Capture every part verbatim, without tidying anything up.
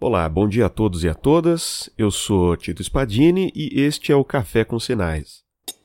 Olá, bom dia a todos e a todas. Eu sou Tito Spadini e este é o Café com Sinais.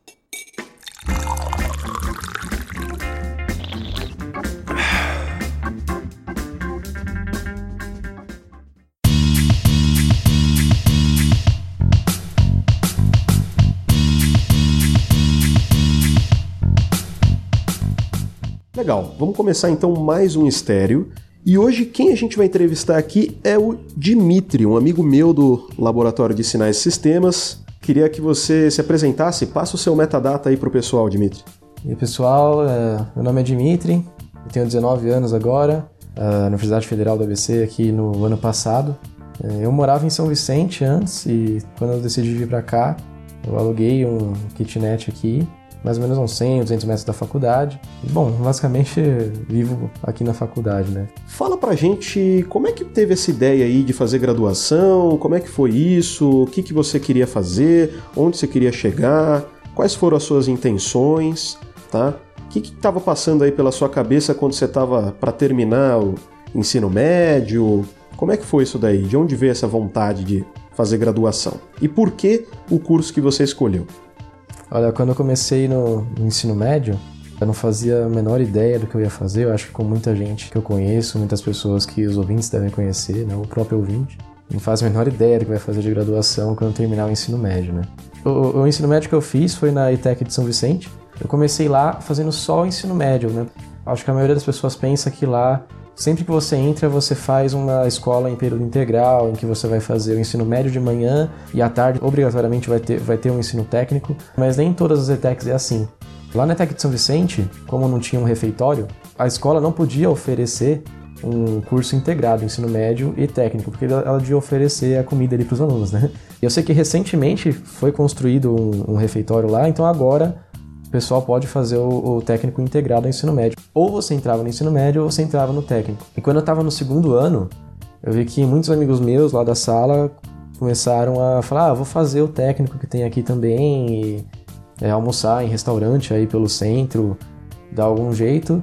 Legal, vamos começar então mais um Estéreo. E hoje quem a gente vai entrevistar aqui é o Dimitri, um amigo meu do Laboratório de Sinais e Sistemas. Queria que você se apresentasse, passa o seu metadata aí pro pessoal, Dimitri. E aí, pessoal, é, meu nome é Dimitri, eu tenho dezenove anos agora, na Universidade Federal do A B C aqui no ano passado. É, eu morava em São Vicente antes e quando eu decidi vir para cá, eu aluguei um kitnet aqui, mais ou menos uns cem, duzentos metros da faculdade. E, bom, basicamente vivo aqui na faculdade, né? Fala pra gente como é que teve essa ideia aí de fazer graduação, como é que foi isso, o que, que você queria fazer, onde você queria chegar, quais foram as suas intenções, tá? O que que estava passando aí pela sua cabeça quando você estava para terminar o ensino médio? Como é que foi isso daí? De onde veio essa vontade de fazer graduação? E por que o curso que você escolheu? Olha, quando eu comecei no, no ensino médio, eu não fazia a menor ideia do que eu ia fazer. Eu acho que com muita gente que eu conheço, muitas pessoas que os ouvintes devem conhecer, né? O próprio ouvinte, não faz a menor ideia do que vai fazer de graduação quando terminar o ensino médio, né? O, o ensino médio que eu fiz foi na ETEC de São Vicente. Eu comecei lá fazendo só o ensino médio, né? Acho que a maioria das pessoas pensa que lá, sempre que você entra, você faz uma escola em período integral, em que você vai fazer o ensino médio de manhã e à tarde, obrigatoriamente, vai ter, vai ter um ensino técnico, mas nem todas as ETECs é assim. Lá na ETEC de São Vicente, como não tinha um refeitório, a escola não podia oferecer um curso integrado, ensino médio e técnico, porque ela devia oferecer a comida ali para os alunos, né? E eu sei que recentemente foi construído um, um refeitório lá, então agora o pessoal pode fazer o, o técnico integrado ao ensino médio. Ou você entrava no ensino médio ou você entrava no técnico. E quando eu estava no segundo ano, eu vi que muitos amigos meus lá da sala começaram a falar, ah, vou fazer o técnico que tem aqui também, e é, almoçar em restaurante aí pelo centro, dar algum jeito.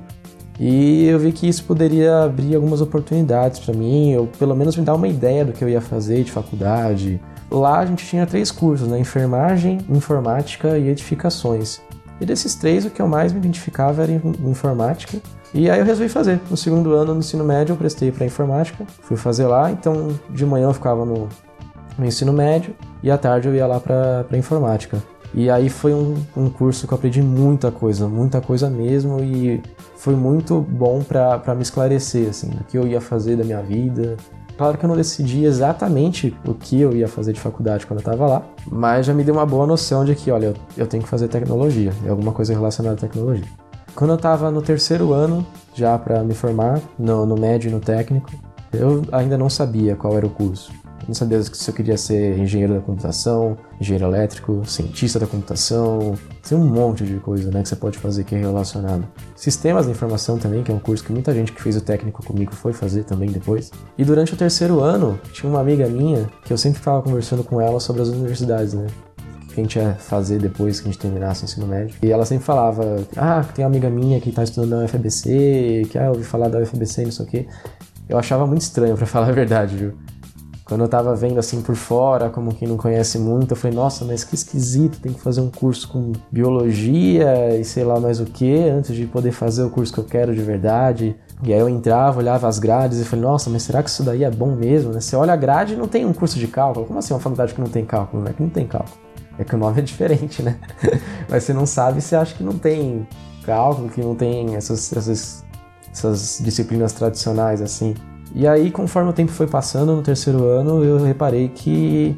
E eu vi que isso poderia abrir algumas oportunidades para mim, ou pelo menos me dar uma ideia do que eu ia fazer de faculdade. Lá a gente tinha três cursos, né? Enfermagem, informática e edificações. E desses três, o que eu mais me identificava era informática. E aí eu resolvi fazer. No segundo ano do ensino médio, eu prestei para informática. Fui fazer lá, então de manhã eu ficava no, no ensino médio e à tarde eu ia lá para informática. E aí foi um, um curso que eu aprendi muita coisa, muita coisa mesmo. E foi muito bom para me esclarecer, assim, o que eu ia fazer da minha vida. Claro que eu não decidi exatamente o que eu ia fazer de faculdade quando eu estava lá, mas já me deu uma boa noção de que, olha, eu, eu tenho que fazer tecnologia, é alguma coisa relacionada à tecnologia. Quando eu estava no terceiro ano, já para me formar, no, no médio e no técnico, eu ainda não sabia qual era o curso. Eu não sabia se eu queria ser engenheiro da computação, engenheiro elétrico, cientista da computação, tem um monte de coisa, né, que você pode fazer que é relacionado. Sistemas da informação também, que é um curso que muita gente que fez o técnico comigo foi fazer também depois. E durante o terceiro ano, tinha uma amiga minha que eu sempre ficava conversando com ela sobre as universidades, né, que a gente ia fazer depois que a gente terminasse o ensino médio. E ela sempre falava, ah, tem uma amiga minha que está estudando na U F A B C, que ah, eu ouvi falar da U F A B C e não sei o quê. Eu achava muito estranho, pra falar a verdade, viu? Quando eu tava vendo assim por fora, como quem não conhece muito, eu falei, nossa, mas que esquisito, tem que fazer um curso com biologia e sei lá mais o que, antes de poder fazer o curso que eu quero de verdade. E aí eu entrava, olhava as grades e falei, nossa, mas será que isso daí é bom mesmo, né? Você olha a grade e não tem um curso de cálculo. Como assim uma faculdade que não tem cálculo? Não é que não tem cálculo. É que o nome é diferente, né? Mas você não sabe, você acha que não tem cálculo, que não tem essas, essas, essas disciplinas tradicionais assim. E aí, conforme o tempo foi passando, no terceiro ano, eu reparei que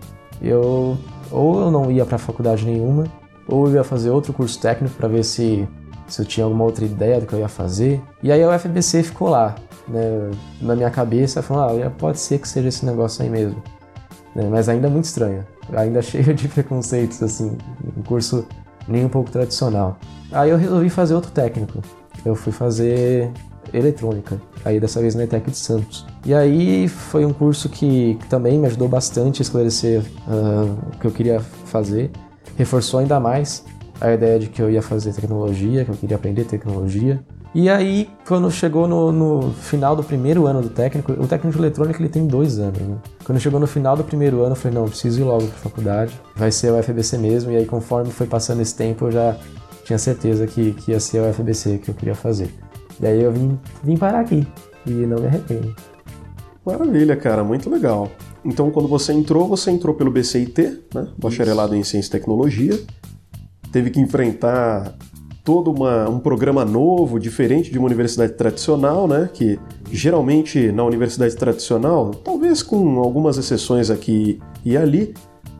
eu ou eu não ia para faculdade nenhuma, ou eu ia fazer outro curso técnico para ver se, se eu tinha alguma outra ideia do que eu ia fazer. E aí a U F A B C ficou lá, né, na minha cabeça, falando, ah, pode ser que seja esse negócio aí mesmo. Né, mas ainda muito estranho, ainda cheio de preconceitos, assim, um curso nem um pouco tradicional. Aí eu resolvi fazer outro técnico. Eu fui fazer eletrônica, aí dessa vez na ETEC de Santos. E aí foi um curso que, que também me ajudou bastante a esclarecer uh, o que eu queria fazer, reforçou ainda mais a ideia de que eu ia fazer tecnologia, que eu queria aprender tecnologia. E aí, quando chegou no, no final do primeiro ano do técnico, o técnico de eletrônica ele tem dois anos, né? Quando chegou no final do primeiro ano, eu falei, não, eu preciso ir logo para a faculdade, vai ser a U F A B C mesmo, e aí conforme foi passando esse tempo, eu já tinha certeza que, que ia ser a U F A B C que eu queria fazer. E aí eu vim, vim parar aqui, e não me arrependo. Maravilha, cara, muito legal. Então, quando você entrou, você entrou pelo B C I T, né? Bacharelado em Ciência e Tecnologia, teve que enfrentar todo uma, um programa novo, diferente de uma universidade tradicional, né? Que geralmente na universidade tradicional, talvez com algumas exceções aqui e ali,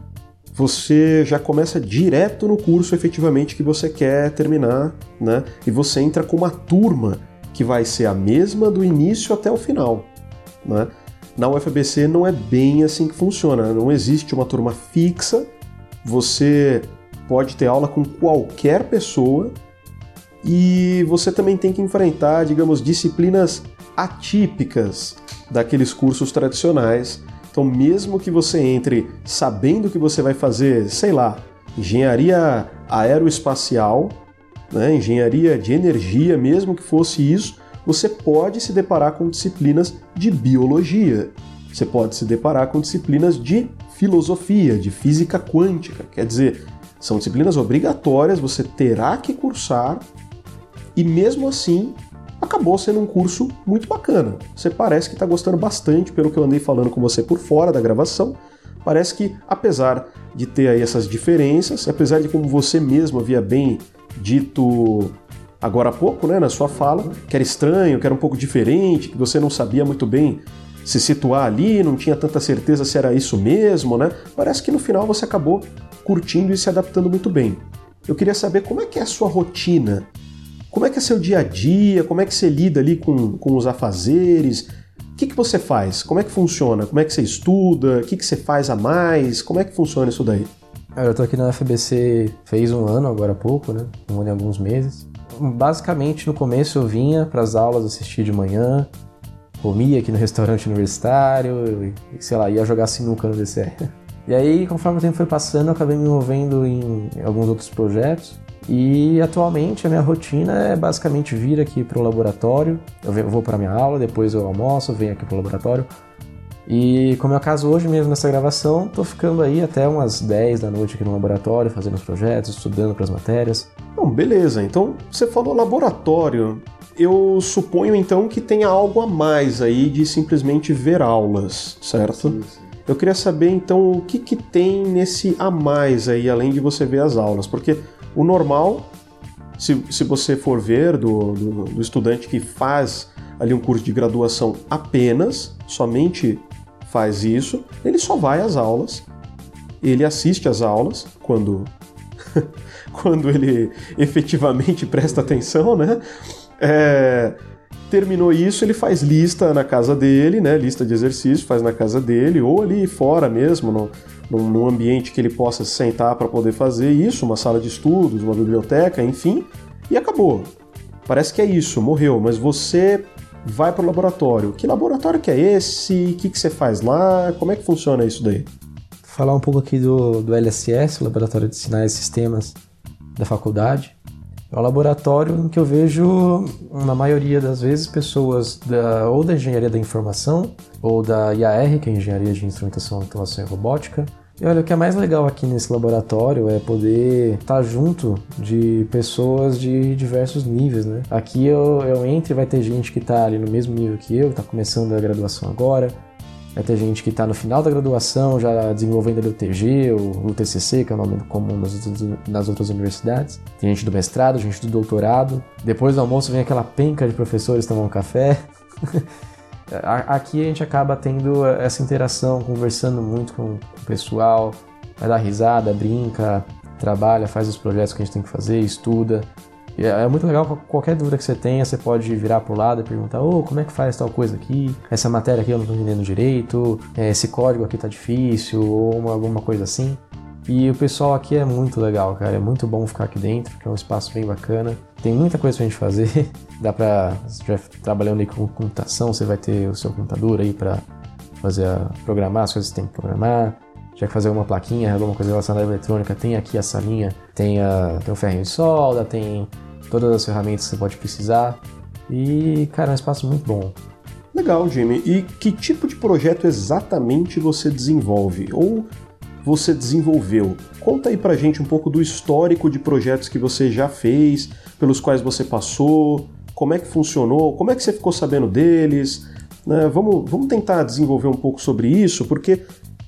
você já começa direto no curso efetivamente que você quer terminar, né? E você entra com uma turma que vai ser a mesma do início até o final, né? Na U F A B C não é bem assim que funciona, não existe uma turma fixa, você pode ter aula com qualquer pessoa e você também tem que enfrentar, digamos, disciplinas atípicas daqueles cursos tradicionais. Então, mesmo que você entre sabendo que você vai fazer, sei lá, engenharia aeroespacial, né, engenharia de energia, mesmo que fosse isso, você pode se deparar com disciplinas de biologia, você pode se deparar com disciplinas de filosofia, de física quântica, quer dizer, são disciplinas obrigatórias, você terá que cursar e mesmo assim acabou sendo um curso muito bacana. Você parece que está gostando bastante, pelo que eu andei falando com você por fora da gravação, parece que apesar de ter aí essas diferenças, apesar de como você mesmo havia bem dito agora há pouco, né, na sua fala, que era estranho, que era um pouco diferente, que você não sabia muito bem se situar ali, não tinha tanta certeza se era isso mesmo, né? Parece que no final você acabou curtindo e se adaptando muito bem. Eu queria saber como é que é a sua rotina, como é que é seu dia a dia, como é que você lida ali com, com os afazeres, o que, que você faz, como é que funciona, como é que você estuda, o que, que você faz a mais, como é que funciona isso daí? Eu tô aqui na U F A B C fez um ano agora há pouco, né? Um ano e alguns meses. Basicamente, no começo eu vinha para as aulas assistir de manhã, comia aqui no restaurante universitário, e, sei lá, ia jogar sinuca no D C E. E aí, conforme o tempo foi passando, eu acabei me envolvendo em alguns outros projetos. E atualmente a minha rotina é basicamente vir aqui para o laboratório, eu vou para minha aula, depois eu almoço, venho aqui para o laboratório. E como é o caso hoje mesmo nessa gravação, tô ficando aí até umas dez da noite aqui no laboratório, fazendo os projetos, estudando para as matérias. Bom, beleza. Então, você falou laboratório. Eu suponho, então, que tenha algo a mais aí de simplesmente ver aulas, certo? Sim, sim. Eu queria saber, então, o que, que tem nesse a mais aí, além de você ver as aulas. Porque o normal, se, se você for ver do, do, do estudante que faz ali um curso de graduação apenas, somente faz isso, ele só vai às aulas, ele assiste às aulas quando, quando ele efetivamente presta atenção, né? É, terminou isso, ele faz lista na casa dele, né? Lista de exercício, faz na casa dele, ou ali fora mesmo, no, num, num ambiente que ele possa se sentar para poder fazer isso, uma sala de estudos, uma biblioteca, enfim, e acabou. Parece que é isso, morreu, mas você vai para o laboratório. Que laboratório que é esse? O que, que você faz lá? Como é que funciona isso daí? Vou falar um pouco aqui do, do L S S, Laboratório de Sinais e Sistemas da faculdade. É um laboratório em que eu vejo, na maioria das vezes, pessoas da, ou da Engenharia da Informação, ou da I A R, que é Engenharia de Instrumentação, Automação e Robótica. E olha, o que é mais legal aqui nesse laboratório é poder estar junto de pessoas de diversos níveis, né? Aqui eu, eu entro e vai ter gente que está ali no mesmo nível que eu, está começando a graduação agora. Vai ter gente que está no final da graduação, já desenvolvendo ali o T G, o, o T C C, que é o nome comum nas, nas outras universidades. Tem gente do mestrado, gente do doutorado. Depois do almoço vem aquela penca de professores tomar um café. Aqui a gente acaba tendo essa interação, conversando muito com o pessoal, vai dar risada, brinca, trabalha, faz os projetos que a gente tem que fazer, estuda. E é muito legal, qualquer dúvida que você tenha, você pode virar pro lado e perguntar: ô, oh, como é que faz tal coisa aqui? Essa matéria aqui eu não tô entendendo direito, esse código aqui tá difícil, ou uma, alguma coisa assim. E o pessoal aqui é muito legal, cara, é muito bom ficar aqui dentro, porque é um espaço bem bacana. Tem muita coisa pra gente fazer, dá pra, se estiver trabalhando aí com computação, você vai ter o seu computador aí pra fazer a, programar as coisas que tem que programar. Já que fazer uma plaquinha, alguma coisa relacionada à eletrônica, tem aqui a salinha, tem, a, tem o ferrinho de solda, tem todas as ferramentas que você pode precisar. E, cara, é um espaço muito bom. Legal, Jimmy. E que tipo de projeto exatamente você desenvolve? Ou você desenvolveu? Conta aí pra gente um pouco do histórico de projetos que você já fez, pelos quais você passou, como é que funcionou, como é que você ficou sabendo deles, né? Vamos, vamos tentar desenvolver um pouco sobre isso, porque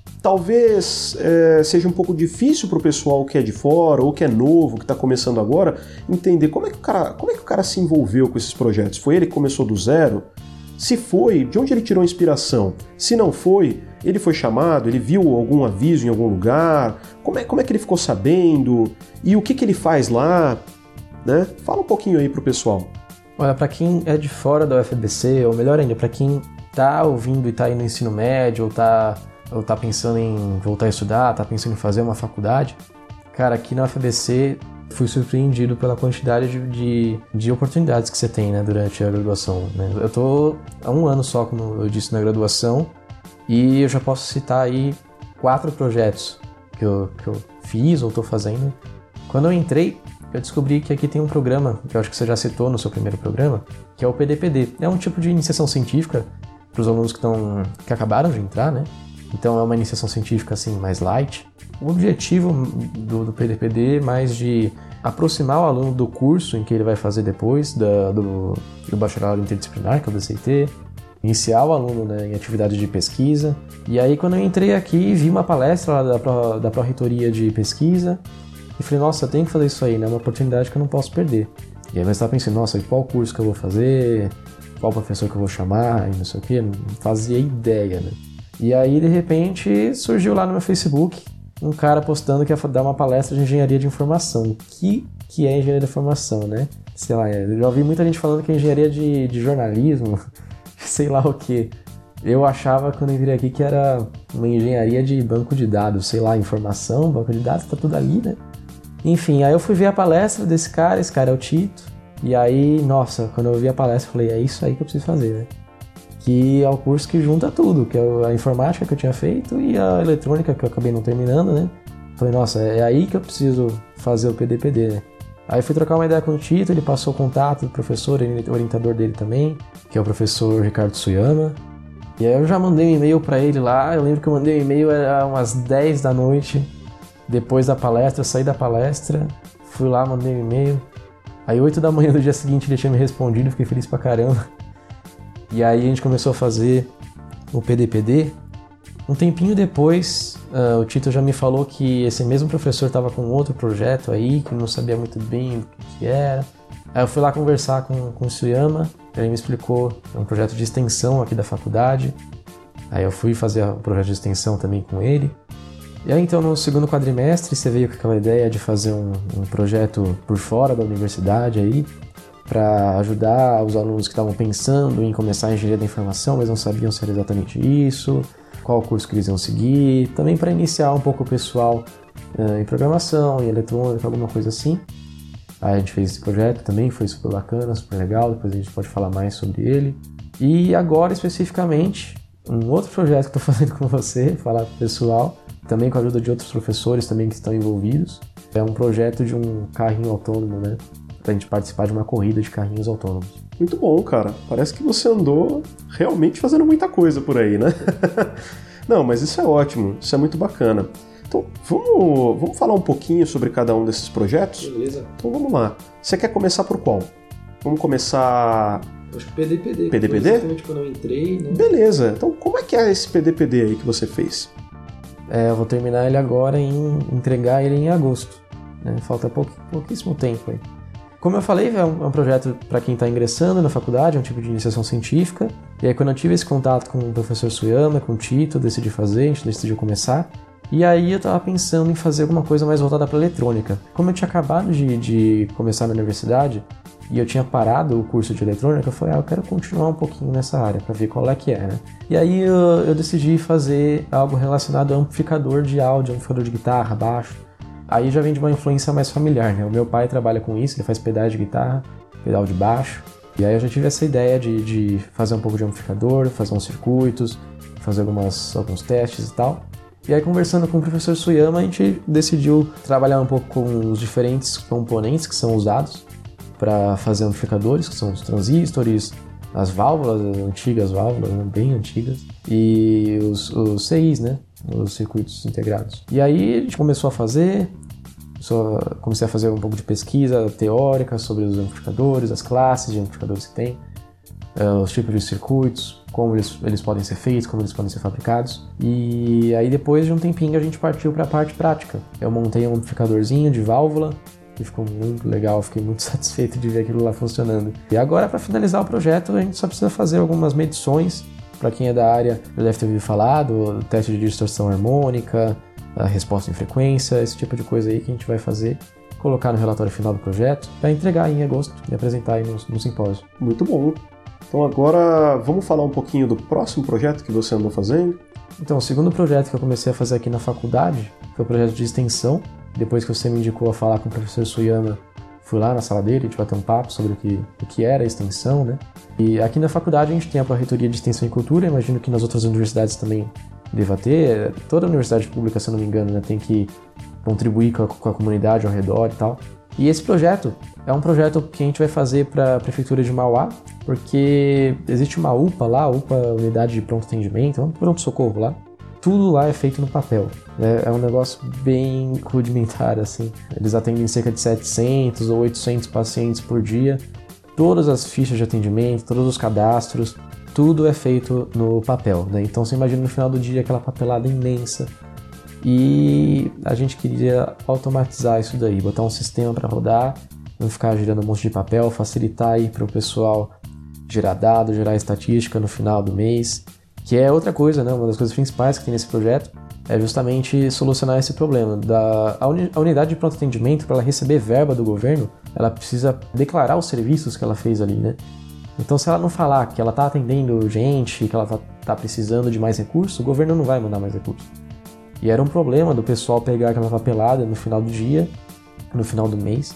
talvez é, seja um pouco difícil para o pessoal que é de fora ou que é novo, que está começando agora, entender como é, que o cara, como é que o cara se envolveu com esses projetos. Foi ele que começou do zero? Se foi, de onde ele tirou inspiração? Se não foi, ele foi chamado, ele viu algum aviso em algum lugar? Como é, como é que ele ficou sabendo? E o que, que ele faz lá? Né? Fala um pouquinho aí pro pessoal. Olha, para quem é de fora da U F A B C, ou melhor ainda, para quem tá ouvindo e tá aí no ensino médio, ou tá, ou tá pensando em voltar a estudar, tá pensando em fazer uma faculdade, cara, aqui na U F A B C fui surpreendido pela quantidade de, de, de oportunidades que você tem, né, durante a graduação, né? Eu tô há um ano só, como eu disse, na graduação, e eu já posso citar aí quatro projetos que eu, que eu fiz ou estou fazendo. Quando eu entrei, eu descobri que aqui tem um programa, que eu acho que você já citou no seu primeiro programa, que é o P D P D. É um tipo de iniciação científica para os alunos que, tão, que acabaram de entrar, né? Então é uma iniciação científica assim, mais light. O objetivo do, do P D P D é mais de aproximar o aluno do curso em que ele vai fazer depois, da, do, do bacharelado interdisciplinar, que é o B C I T, iniciar o aluno, né, em atividades de pesquisa. E aí quando eu entrei aqui, vi uma palestra lá da, Pro, da Pró-Reitoria de Pesquisa e falei, nossa, eu tenho que fazer isso aí, né? É uma oportunidade que eu não posso perder. E aí eu estava pensando, nossa, qual curso que eu vou fazer, qual professor que eu vou chamar, e não sei o quê, não fazia ideia, né? E aí, de repente, surgiu lá no meu Facebook um cara postando que ia dar uma palestra de engenharia de informação. O que, que é engenharia de informação, né? Sei lá, eu já ouvi muita gente falando que é engenharia de, de jornalismo, sei lá o que. Eu achava, quando eu virei aqui, que era uma engenharia de banco de dados, sei lá, informação, banco de dados, tá tudo ali, né? Enfim, aí eu fui ver a palestra desse cara, esse cara é o Tito, e aí, nossa, quando eu vi a palestra, eu falei, é isso aí que eu preciso fazer, né? Que é o curso que junta tudo, que é a informática que eu tinha feito e a eletrônica que eu acabei não terminando, né? Falei, nossa, é aí que eu preciso fazer o P D P D, né? Aí fui trocar uma ideia com o Tito, ele passou o contato do professor, orientador dele também, que é o professor Ricardo Suyama. E aí eu já mandei um e-mail para ele lá, eu lembro que eu mandei um e-mail, era umas dez da noite, depois da palestra, eu saí da palestra, fui lá, mandei um e-mail. Aí oito da manhã do dia seguinte ele tinha me respondido, fiquei feliz pra caramba. E aí a gente começou a fazer o P D P D. Um tempinho depois, uh, o Tito já me falou que esse mesmo professor estava com outro projeto aí, que não sabia muito bem o que, que era. Aí eu fui lá conversar com, com o Suyama, ele me explicou, é um projeto de extensão aqui da faculdade. Aí eu fui fazer o projeto de extensão também com ele. E aí então no segundo quadrimestre você veio com aquela ideia de fazer um, um projeto por fora da universidade aí, para ajudar os alunos que estavam pensando em começar a engenharia da informação, mas não sabiam se era exatamente isso, qual curso que eles iam seguir, também para iniciar um pouco o pessoal uh, em programação, em eletrônica, alguma coisa assim. Aí a gente fez esse projeto também, foi super bacana, super legal, depois a gente pode falar mais sobre ele. E agora, especificamente, um outro projeto que eu estou fazendo com você, falar pro pessoal, também com a ajuda de outros professores também que estão envolvidos, é um projeto de um carrinho autônomo, né? Pra gente participar de uma corrida de carrinhos autônomos. Muito bom, cara. Parece que você andou realmente fazendo muita coisa por aí, né? Não, mas isso é ótimo, isso é muito bacana. Então, vamos, vamos falar um pouquinho sobre cada um desses projetos? Beleza. Então vamos lá. Você quer começar por qual? Vamos começar... Acho que P D P D. P D P D? Foi exatamente quando eu entrei, né? Beleza. Então como é que é esse P D P D aí que você fez? É, eu vou terminar ele agora e entregar ele em agosto. Né? Falta pou, pouquíssimo tempo aí. Como eu falei, é um, é um projeto para quem está ingressando na faculdade, é um tipo de iniciação científica. E aí quando eu tive esse contato com o professor Suyama, com o Tito, eu decidi fazer, a gente decidiu começar. E aí eu estava pensando em fazer alguma coisa mais voltada para eletrônica. Como eu tinha acabado de, de começar na universidade e eu tinha parado o curso de eletrônica, eu falei, ah, eu quero continuar um pouquinho nessa área para ver qual é que é, né? E aí eu, eu decidi fazer algo relacionado a amplificador de áudio, amplificador de guitarra, baixo. Aí já vem de uma influência mais familiar, né? O meu pai trabalha com isso, ele faz pedais de guitarra, pedal de baixo. E aí eu já tive essa ideia de, de fazer um pouco de amplificador, fazer uns circuitos, fazer algumas, alguns testes e tal. E aí conversando com o professor Suyama, a gente decidiu trabalhar um pouco com os diferentes componentes que são usados para fazer amplificadores, que são os transistores, as válvulas, as antigas válvulas, né, bem antigas, e os, os C Is, né, os circuitos integrados. E aí a gente começou a fazer, só comecei a fazer um pouco de pesquisa teórica sobre os amplificadores, as classes de amplificadores que tem, uh, os tipos de circuitos, como eles, eles podem ser feitos, como eles podem ser fabricados. E aí depois de um tempinho a gente partiu para a parte prática. Eu montei um amplificadorzinho de válvula, que ficou muito legal, fiquei muito satisfeito de ver aquilo lá funcionando. E agora, para finalizar o projeto, a gente só precisa fazer algumas medições. Para quem é da área, já deve ter ouvido falar do teste de distorção harmônica, a resposta em frequência, esse tipo de coisa aí que a gente vai fazer, colocar no relatório final do projeto, para entregar em agosto e apresentar aí no, no simpósio. Muito bom. Então agora vamos falar um pouquinho do próximo projeto que você andou fazendo? Então, o segundo projeto que eu comecei a fazer aqui na faculdade foi o projeto de extensão. Depois que você me indicou a falar com o professor Suyama, fui lá na sala dele, a gente bateu um papo sobre o que, o que era a extensão, né? E aqui na faculdade a gente tem a Pró-Reitoria de Extensão e Cultura, imagino que nas outras universidades também deva ter. Toda universidade pública, se eu não me engano, né, tem que contribuir com a, com a comunidade ao redor e tal. E esse projeto é um projeto que a gente vai fazer para a Prefeitura de Mauá, porque existe uma U P A lá, U P A, Unidade de Pronto Atendimento, um pronto-socorro lá. Tudo lá é feito no papel, né? É um negócio bem rudimentar, assim. Eles atendem cerca de setecentos ou oitocentos pacientes por dia. Todas as fichas de atendimento, todos os cadastros, tudo é feito no papel, né? Então você imagina no final do dia aquela papelada imensa. E a gente queria automatizar isso daí, botar um sistema para rodar, não ficar girando um monte de papel, facilitar aí para o pessoal gerar dados, gerar estatística no final do mês. Que é outra coisa, né? Uma das coisas principais que tem nesse projeto é justamente solucionar esse problema. Da, a, uni, a unidade de pronto atendimento, para ela receber verba do governo, ela precisa declarar os serviços que ela fez ali, né? Então, se ela não falar que ela está atendendo gente, que ela está tá precisando de mais recursos, o governo não vai mandar mais recursos. E era um problema do pessoal pegar aquela papelada no final do dia, no final do mês,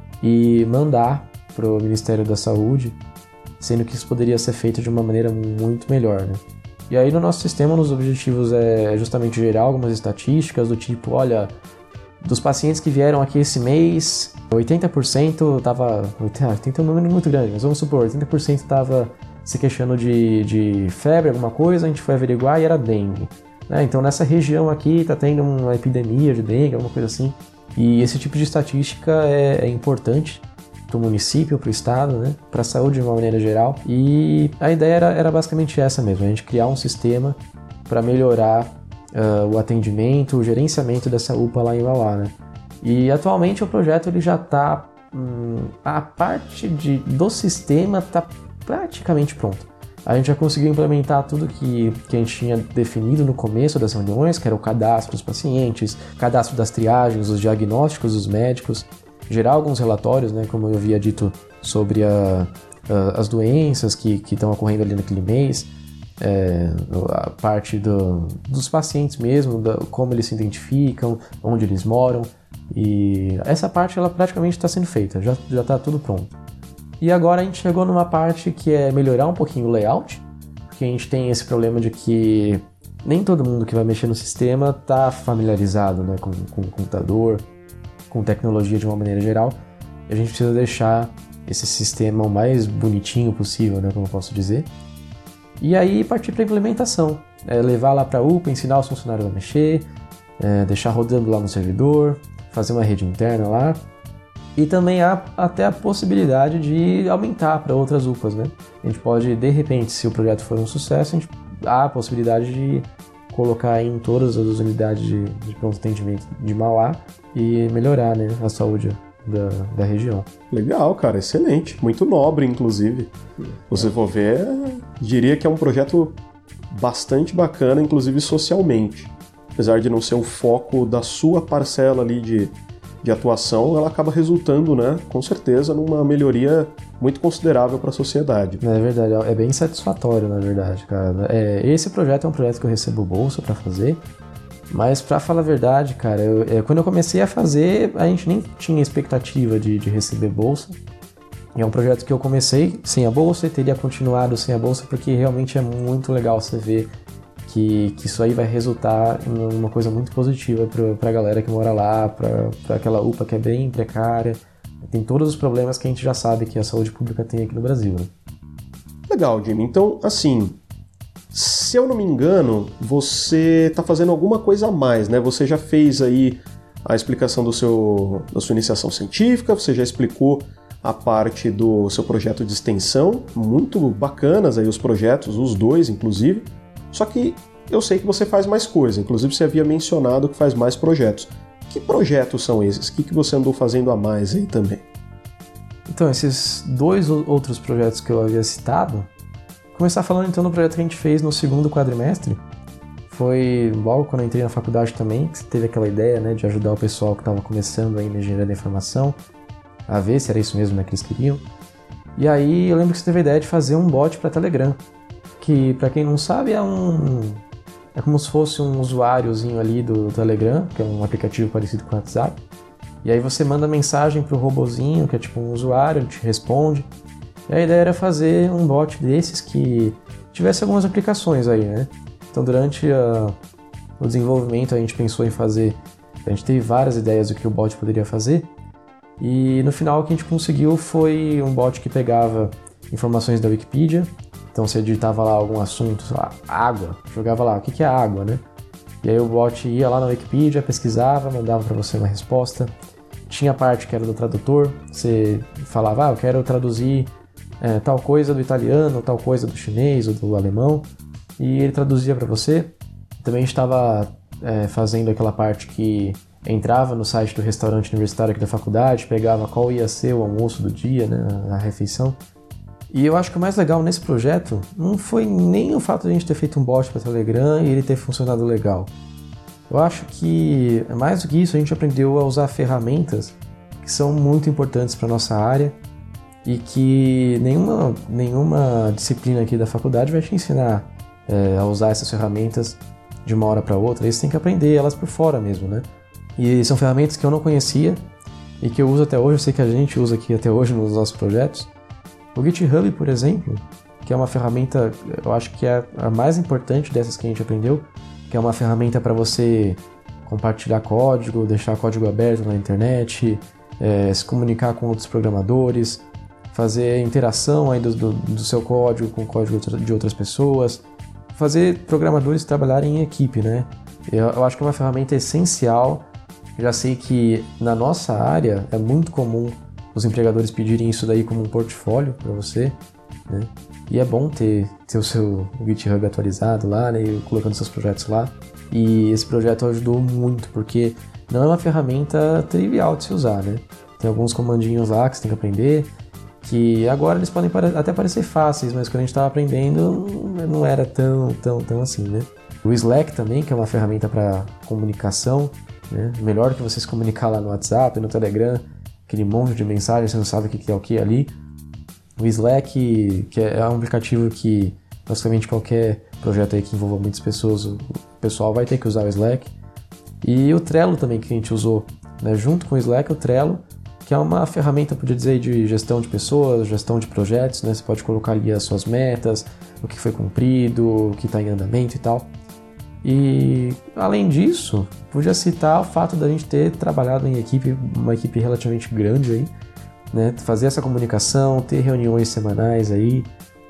e mandar para o Ministério da Saúde, sendo que isso poderia ser feito de uma maneira muito melhor, né? E aí no nosso sistema, nos objetivos é justamente gerar algumas estatísticas do tipo, olha, dos pacientes que vieram aqui esse mês, oitenta por cento estava, oitenta é um número muito grande, mas vamos supor, oitenta por cento estava se queixando de, de febre, alguma coisa, a gente foi averiguar e era dengue. Né? Então nessa região aqui está tendo uma epidemia de dengue, alguma coisa assim. E esse tipo de estatística é, é importante para o município, para o estado, né? Para a saúde de uma maneira geral. E a ideia era, era basicamente essa mesmo, a gente criar um sistema para melhorar uh, o atendimento, o gerenciamento dessa U P A lá em Mauá, né? E atualmente o projeto ele já está, hum, a parte de, do sistema está praticamente pronto. A gente já conseguiu implementar tudo que, que a gente tinha definido no começo das reuniões, que era o cadastro dos pacientes, cadastro das triagens, os diagnósticos dos médicos, gerar alguns relatórios, né, como eu havia dito, sobre a, a, as doenças que estão ocorrendo ali naquele mês, é, a parte do, dos pacientes mesmo, da, como eles se identificam, onde eles moram, e essa parte ela praticamente está sendo feita, já está tudo pronto. E agora a gente chegou numa parte que é melhorar um pouquinho o layout, porque a gente tem esse problema de que nem todo mundo que vai mexer no sistema está familiarizado, né, com, com o computador, com tecnologia de uma maneira geral, e a gente precisa deixar esse sistema o mais bonitinho possível, né, como eu posso dizer. E aí partir para a implementação, é levar lá para a U P A, ensinar os funcionários a mexer, é, deixar rodando lá no servidor, fazer uma rede interna lá, e também há até a possibilidade de aumentar para outras U P As, né? A gente pode, de repente, se o projeto for um sucesso, a gente, há a possibilidade de colocar em todas as unidades de, de pronto atendimento de Mauá e melhorar, né, a saúde da, da região. Legal, cara, excelente. Muito nobre, inclusive. Você for ver, diria que é um projeto bastante bacana, inclusive socialmente. Apesar de não ser o foco da sua parcela ali de, de atuação, ela acaba resultando, né, com certeza, numa melhoria muito considerável para a sociedade. É verdade, é bem satisfatório, na verdade, cara. É, esse projeto é um projeto que eu recebo bolsa para fazer, mas para falar a verdade, cara, eu, é, quando eu comecei a fazer, a gente nem tinha expectativa de, de receber bolsa. É um projeto que eu comecei sem a bolsa e teria continuado sem a bolsa, porque realmente é muito legal você ver que, que isso aí vai resultar em uma coisa muito positiva para a galera que mora lá, para aquela U P A que é bem precária, tem todos os problemas que a gente já sabe que a saúde pública tem aqui no Brasil, né? Legal, Jimmy. Então, assim, se eu não me engano, você está fazendo alguma coisa a mais, né? Você já fez aí a explicação do seu, da sua iniciação científica, você já explicou a parte do seu projeto de extensão, muito bacanas aí os projetos, os dois inclusive, só que eu sei que você faz mais coisa, inclusive você havia mencionado que faz mais projetos. Que projetos são esses? O que, que você andou fazendo a mais aí também? Então, esses dois outros projetos que eu havia citado, vou começar falando então do projeto que a gente fez no segundo quadrimestre. Foi logo quando eu entrei na faculdade também, que você teve aquela ideia, né, de ajudar o pessoal que estava começando aí na engenharia da informação, a ver se era isso mesmo, né, que eles queriam. E aí eu lembro que você teve a ideia de fazer um bot para Telegram, que para quem não sabe é um... é como se fosse um usuáriozinho ali do Telegram, que é um aplicativo parecido com o WhatsApp. E aí você manda mensagem pro robozinho, que é tipo um usuário, ele te responde. E a ideia era fazer um bot desses que tivesse algumas aplicações aí, né? Então durante a, o desenvolvimento a gente pensou em fazer, a gente teve várias ideias do que o bot poderia fazer. E no final o que a gente conseguiu foi um bot que pegava informações da Wikipedia. Então você digitava lá algum assunto, sei lá, água, jogava lá, o que é água, né? E aí o bot ia lá na Wikipedia, pesquisava, mandava para você uma resposta. Tinha a parte que era do tradutor, você falava, ah, eu quero traduzir é, tal coisa do italiano, tal coisa do chinês ou do alemão, e ele traduzia para você. Também a gente estava é, fazendo aquela parte que entrava no site do restaurante universitário aqui da faculdade, pegava qual ia ser o almoço do dia, né, a refeição. E eu acho que o mais legal nesse projeto não foi nem o fato de a gente ter feito um bot para Telegram e ele ter funcionado legal. Eu acho que, mais do que isso, a gente aprendeu a usar ferramentas que são muito importantes para a nossa área e que nenhuma, nenhuma disciplina aqui da faculdade vai te ensinar é, a usar essas ferramentas de uma hora para outra. Você tem que aprender elas por fora mesmo, né? E são ferramentas que eu não conhecia e que eu uso até hoje, eu sei que a gente usa aqui até hoje nos nossos projetos. O GitHub, por exemplo, que é uma ferramenta, eu acho que é a mais importante dessas que a gente aprendeu, que é uma ferramenta para você compartilhar código, deixar código aberto na internet, é, se comunicar com outros programadores, fazer interação aí do, do, do seu código com o código de outras pessoas, fazer programadores trabalharem em equipe, né? Eu, eu acho que é uma ferramenta essencial. Eu já sei que na nossa área é muito comum os empregadores pedirem isso daí como um portfólio para você, né? E é bom ter, ter o seu GitHub atualizado lá, né? E colocando seus projetos lá. E esse projeto ajudou muito, porque não é uma ferramenta trivial de se usar, né? Tem alguns comandinhos lá que você tem que aprender, que agora eles podem até parecer fáceis, mas quando a gente estava aprendendo não era tão, tão, tão assim, né? O Slack também, que é uma ferramenta para comunicação, né? Melhor que você se comunicar lá no WhatsApp, no Telegram, aquele monte de mensagem, você não sabe o que é o que ali. O Slack, que é um aplicativo que basicamente qualquer projeto aí que envolva muitas pessoas, o pessoal vai ter que usar o Slack. E o Trello também que a gente usou, né? Junto com o Slack, o Trello, que é uma ferramenta, podia dizer, de gestão de pessoas, gestão de projetos, né? Você pode colocar ali as suas metas, o que foi cumprido, o que está em andamento e tal. E, além disso, podia citar o fato da gente ter trabalhado em equipe, uma equipe relativamente grande aí, né? Fazer essa comunicação, ter reuniões semanais aí.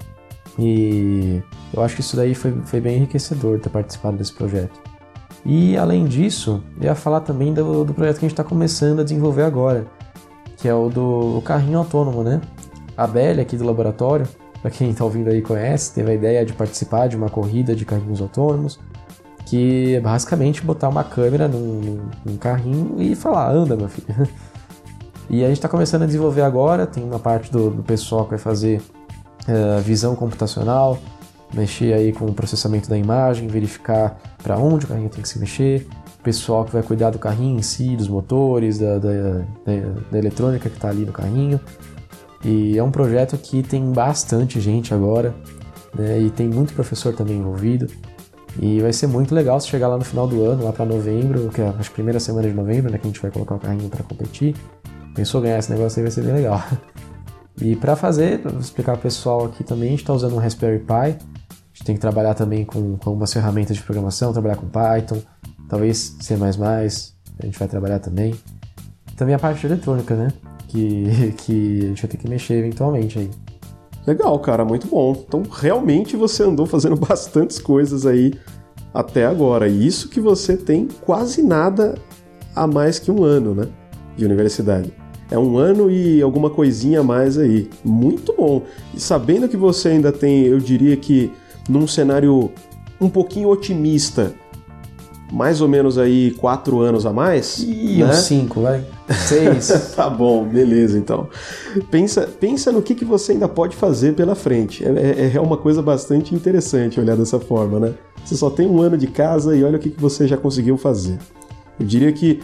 E eu acho que isso daí foi, foi bem enriquecedor ter participado desse projeto. E, além disso, eu ia falar também do, do projeto que a gente está começando a desenvolver agora, que é o do o carrinho autônomo, né? A Belle, aqui do laboratório, para quem está ouvindo aí conhece, teve a ideia de participar de uma corrida de carrinhos autônomos, que é basicamente botar uma câmera num, num, num carrinho e falar, anda, meu filho. E a gente está começando a desenvolver agora, tem uma parte do, do pessoal que vai fazer uh, visão computacional, mexer aí com o processamento da imagem, verificar para onde o carrinho tem que se mexer, o pessoal que vai cuidar do carrinho em si, dos motores, da, da, da, da eletrônica que está ali no carrinho. E é um projeto que tem bastante gente agora, né, e tem muito professor também envolvido. E vai ser muito legal se chegar lá no final do ano, lá para novembro, que é a primeira semana de novembro, né, que a gente vai colocar o carrinho para competir. Pensou ganhar esse negócio aí, vai ser bem legal. E para fazer, vou explicar para o pessoal aqui também, a gente está usando um Raspberry Pi. A gente tem que trabalhar também com, com algumas ferramentas de programação, trabalhar com Python, talvez C mais mais, a gente vai trabalhar também. Também a parte de eletrônica, né? que, que a gente vai ter que mexer eventualmente aí. Legal, cara, muito bom. Então, realmente você andou fazendo bastantes coisas aí até agora. E isso que você tem quase nada a mais que um ano, né, de universidade. É um ano e alguma coisinha a mais aí. Muito bom. E sabendo que você ainda tem, eu diria que num cenário um pouquinho otimista, mais ou menos aí quatro anos a mais. E né? uns cinco, vai. Seis. Tá bom, beleza, então. Pensa, pensa no que, que você ainda pode fazer pela frente. É, é, é uma coisa bastante interessante olhar dessa forma, né? Você só tem um ano de casa e olha o que, que você já conseguiu fazer. Eu diria que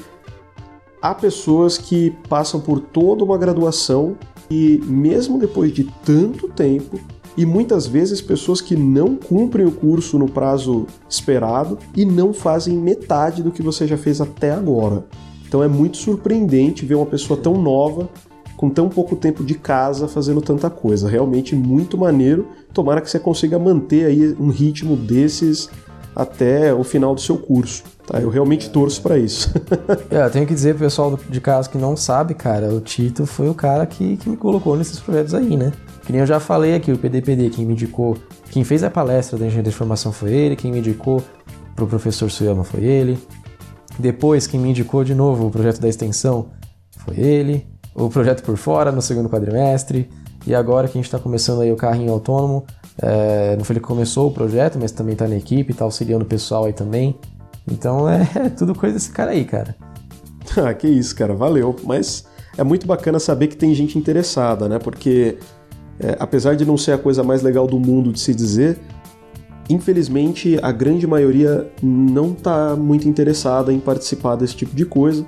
há pessoas que passam por toda uma graduação e mesmo depois de tanto tempo, e muitas vezes pessoas que não cumprem o curso no prazo esperado e não fazem metade do que você já fez até agora. Então é muito surpreendente ver uma pessoa tão nova, com tão pouco tempo de casa, fazendo tanta coisa. Realmente muito maneiro. Tomara que você consiga manter aí um ritmo desses até o final do seu curso. Tá? Eu realmente torço para isso. É, eu tenho que dizer pro pessoal de casa que não sabe, cara, o Tito foi o cara que, que me colocou nesses projetos aí, né? Que nem eu já falei aqui, o P D P D, quem me indicou, quem fez a palestra da engenharia de formação foi ele, quem me indicou pro professor Suyama foi ele, depois quem me indicou de novo o projeto da extensão foi ele, o projeto por fora no segundo quadrimestre, e agora que a gente está começando aí o carrinho autônomo, é, não foi ele que começou o projeto, mas também está na equipe, está auxiliando o pessoal aí também, então é, é tudo coisa desse cara aí, cara. Ah, que isso, cara, valeu, mas é muito bacana saber que tem gente interessada, né, porque É, apesar de não ser a coisa mais legal do mundo de se dizer, infelizmente a grande maioria não está muito interessada em participar desse tipo de coisa.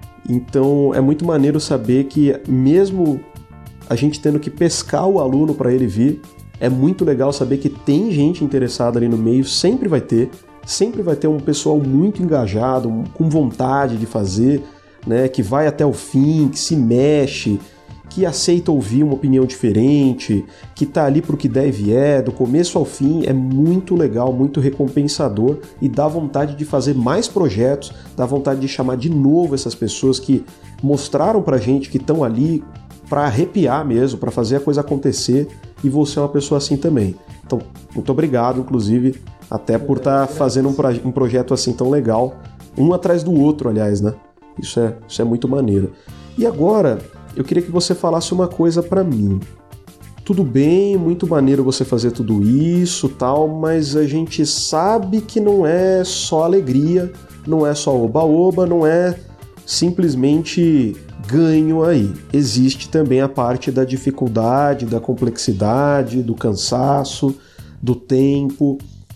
Então é muito maneiro saber que mesmo a gente tendo que pescar o aluno para ele vir, é muito legal saber que tem gente interessada ali no meio, sempre vai ter, sempre vai ter um pessoal muito engajado, com vontade de fazer, né, que vai até o fim, que se mexe, que aceita ouvir uma opinião diferente, que tá ali pro que deve é, do começo ao fim, é muito legal, muito recompensador e dá vontade de fazer mais projetos, dá vontade de chamar de novo essas pessoas que mostraram pra gente que estão ali para arrepiar mesmo, para fazer a coisa acontecer, e você é uma pessoa assim também. Então, muito obrigado, inclusive, até por estar tá fazendo um, pro- um projeto assim tão legal, um atrás do outro, aliás, né? Isso é, isso é muito maneiro. E agora, eu queria que você falasse uma coisa pra mim. Tudo bem, muito maneiro você fazer tudo isso, tal, mas a gente sabe que não é só alegria, não é só oba-oba, não é simplesmente ganho aí. Existe também a parte da dificuldade, da complexidade, do cansaço, do tempo.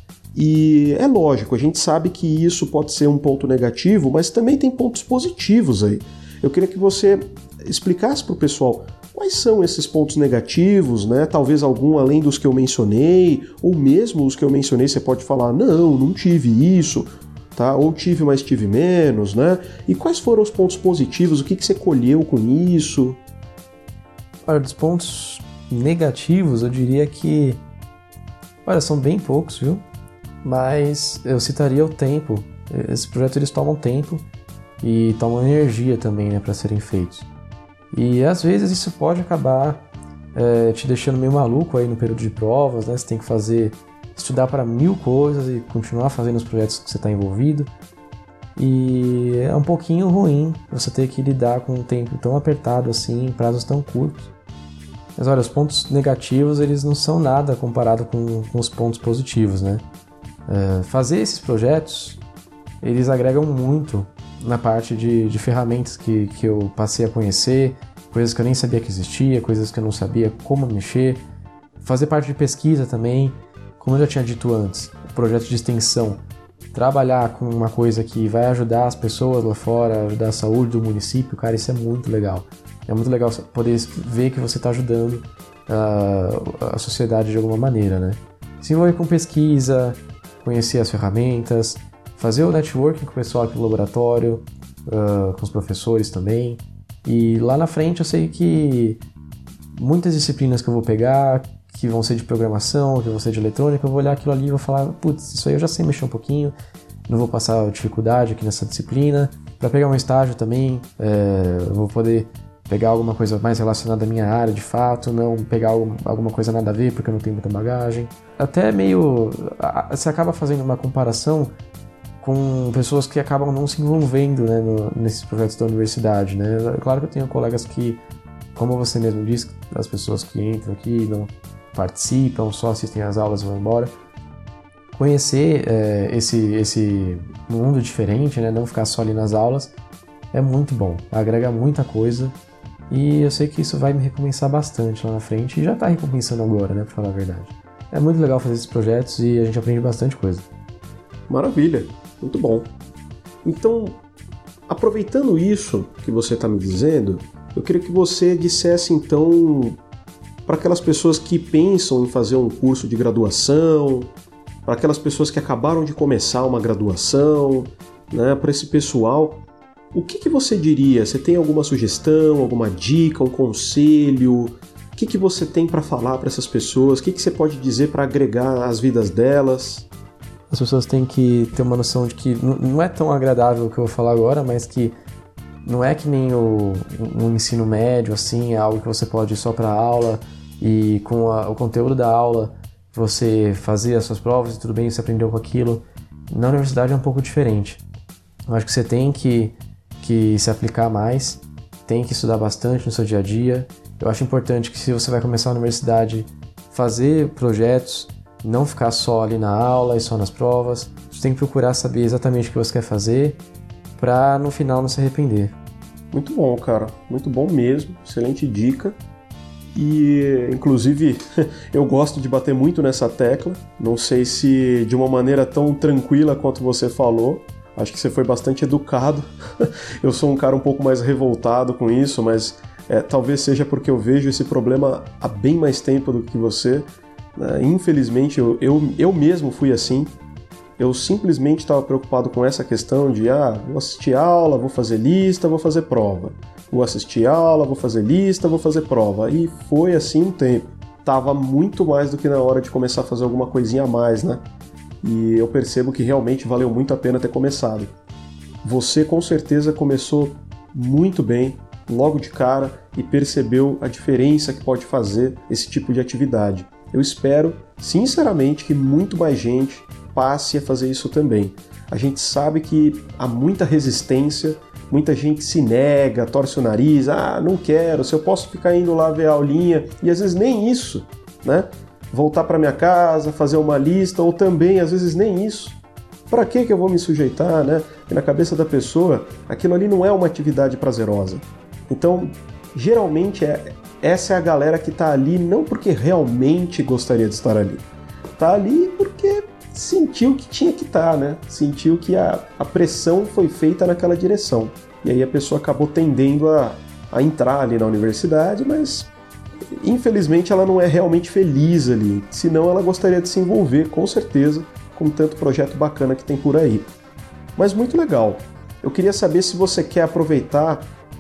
E é lógico, a gente sabe que isso pode ser um ponto negativo, mas também tem pontos positivos aí. Eu queria que você explicasse para o pessoal quais são esses pontos negativos, né? Talvez algum além dos que eu mencionei, ou mesmo os que eu mencionei você pode falar, não, não tive isso, tá? Ou tive, mas tive menos, né? E quais foram os pontos positivos, o que, que você colheu com isso? Olha, dos pontos negativos, eu diria que, olha, são bem poucos, viu? Mas eu citaria o tempo. Esses projetos, eles tomam tempo e tomam energia também, né, para serem feitos. E às vezes isso pode acabar é, te deixando meio maluco aí no período de provas, né? Você tem que fazer, estudar para mil coisas e continuar fazendo os projetos que você está envolvido. E é um pouquinho ruim você ter que lidar com um tempo tão apertado assim, em prazos tão curtos. Mas olha, os pontos negativos, eles não são nada comparado com, com os pontos positivos, né? É, fazer esses projetos, eles agregam muito na parte de, de ferramentas que, que eu passei a conhecer, coisas que eu nem sabia que existia, coisas que eu não sabia como mexer, fazer parte de pesquisa também, como eu já tinha dito antes, o projeto de extensão, trabalhar com uma coisa que vai ajudar as pessoas lá fora, ajudar a saúde do município, cara, isso é muito legal. É muito legal poder ver que você está ajudando a, a sociedade de alguma maneira, né? Se envolver com pesquisa, conhecer as ferramentas, fazer o networking com o pessoal aqui do laboratório, uh, com os professores também. E lá na frente eu sei que muitas disciplinas que eu vou pegar, que vão ser de programação, que vão ser de eletrônica, eu vou olhar aquilo ali e vou falar, putz, isso aí eu já sei mexer um pouquinho, não vou passar dificuldade aqui nessa disciplina. Para pegar um estágio também, é, eu vou poder pegar alguma coisa mais relacionada à minha área de fato, não pegar alguma coisa nada a ver porque eu não tenho muita bagagem. Até meio... você acaba fazendo uma comparação com pessoas que acabam não se envolvendo, né, no, nesses projetos da universidade, né? Claro que eu tenho colegas que, como você mesmo disse, as pessoas que entram aqui não participam, só assistem às aulas e vão embora. Conhecer é, esse, esse mundo diferente, né, não ficar só ali nas aulas, é muito bom, agrega muita coisa e eu sei que isso vai me recompensar bastante lá na frente e já está recompensando agora, né, pra falar a verdade. É muito legal fazer esses projetos e a gente aprende bastante coisa. Maravilha, muito bom. Então, aproveitando isso que você está me dizendo, eu queria que você dissesse então para aquelas pessoas que pensam em fazer um curso de graduação, para aquelas pessoas que acabaram de começar uma graduação, né, para esse pessoal, o que, que você diria? Você tem alguma sugestão, alguma dica, um conselho? O que, que você tem para falar para essas pessoas? O que, que você pode dizer para agregar as vidas delas? As pessoas têm que ter uma noção de que não é tão agradável o que eu vou falar agora, mas que não é que nem o, o ensino médio, assim, é algo que você pode ir só para aula e com a, o conteúdo da aula você fazer as suas provas e tudo bem, você aprendeu com aquilo. Na universidade é um pouco diferente. Eu acho que você tem que, que se aplicar mais, tem que estudar bastante no seu dia a dia. Eu acho importante que se você vai começar a universidade, fazer projetos, não ficar só ali na aula e só nas provas. Você tem que procurar saber exatamente o que você quer fazer para no final não se arrepender. Muito bom, cara. Muito bom mesmo. Excelente dica. E, inclusive, eu gosto de bater muito nessa tecla. Não sei se de uma maneira tão tranquila quanto você falou. Acho que você foi bastante educado. Eu sou um cara um pouco mais revoltado com isso, mas é, talvez seja porque eu vejo esse problema há bem mais tempo do que você. Infelizmente, eu, eu, eu mesmo fui assim. Eu simplesmente estava preocupado com essa questão de ah, vou assistir aula, vou fazer lista, vou fazer prova. Vou assistir aula, vou fazer lista, vou fazer prova. E foi assim um tempo. Tava muito mais do que na hora de começar a fazer alguma coisinha a mais, né? E eu percebo que realmente valeu muito a pena ter começado. Você com certeza começou muito bem, logo de cara, e percebeu a diferença que pode fazer esse tipo de atividade. Eu espero, sinceramente, que muito mais gente passe a fazer isso também. A gente sabe que há muita resistência, muita gente se nega, torce o nariz, ah, não quero, se eu posso ficar indo lá ver a aulinha, e às vezes nem isso, né? Voltar para minha casa, fazer uma lista, ou também, às vezes, nem isso. Para que que eu vou me sujeitar, né? Porque na cabeça da pessoa, aquilo ali não é uma atividade prazerosa. Então, geralmente, é, essa é a galera que está ali não porque realmente gostaria de estar ali. Está ali porque sentiu que tinha que estar, né? Sentiu que a, a pressão foi feita naquela direção. E aí a pessoa acabou tendendo a, a entrar ali na universidade, mas infelizmente ela não é realmente feliz ali. Senão ela gostaria de se envolver, com certeza, com tanto projeto bacana que tem por aí. Mas muito legal. Eu queria saber se você quer aproveitar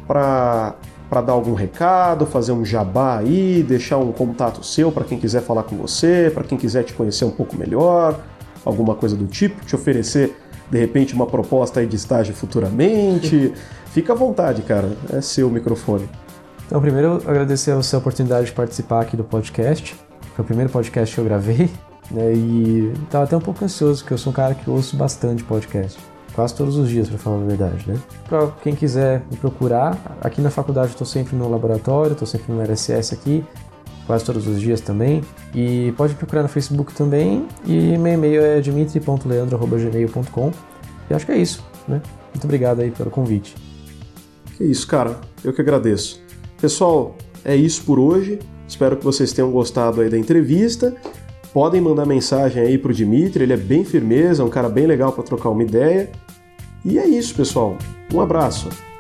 para para dar algum recado, fazer um jabá aí, deixar um contato seu para quem quiser falar com você, para quem quiser te conhecer um pouco melhor, alguma coisa do tipo, te oferecer, de repente, uma proposta aí de estágio futuramente. Fica à vontade, cara. É seu o microfone. Então, primeiro, agradecer a você a oportunidade de participar aqui do podcast. Foi o primeiro podcast que eu gravei, né? E estava até um pouco ansioso, porque eu sou um cara que ouço bastante podcast. Quase todos os dias, para falar a verdade, né? Para quem quiser me procurar, aqui na faculdade eu estou sempre no laboratório, estou sempre no L S S aqui, quase todos os dias também. E pode procurar no Facebook também. E meu e-mail é dimitri ponto leandro arroba gmail ponto com. E acho que é isso, né? Muito obrigado aí pelo convite. Que isso, cara. Eu que agradeço. Pessoal, é isso por hoje. Espero que vocês tenham gostado aí da entrevista. Podem mandar mensagem aí pro Dimitri, ele é bem firmeza, é um cara bem legal para trocar uma ideia. E é isso, pessoal. Um abraço.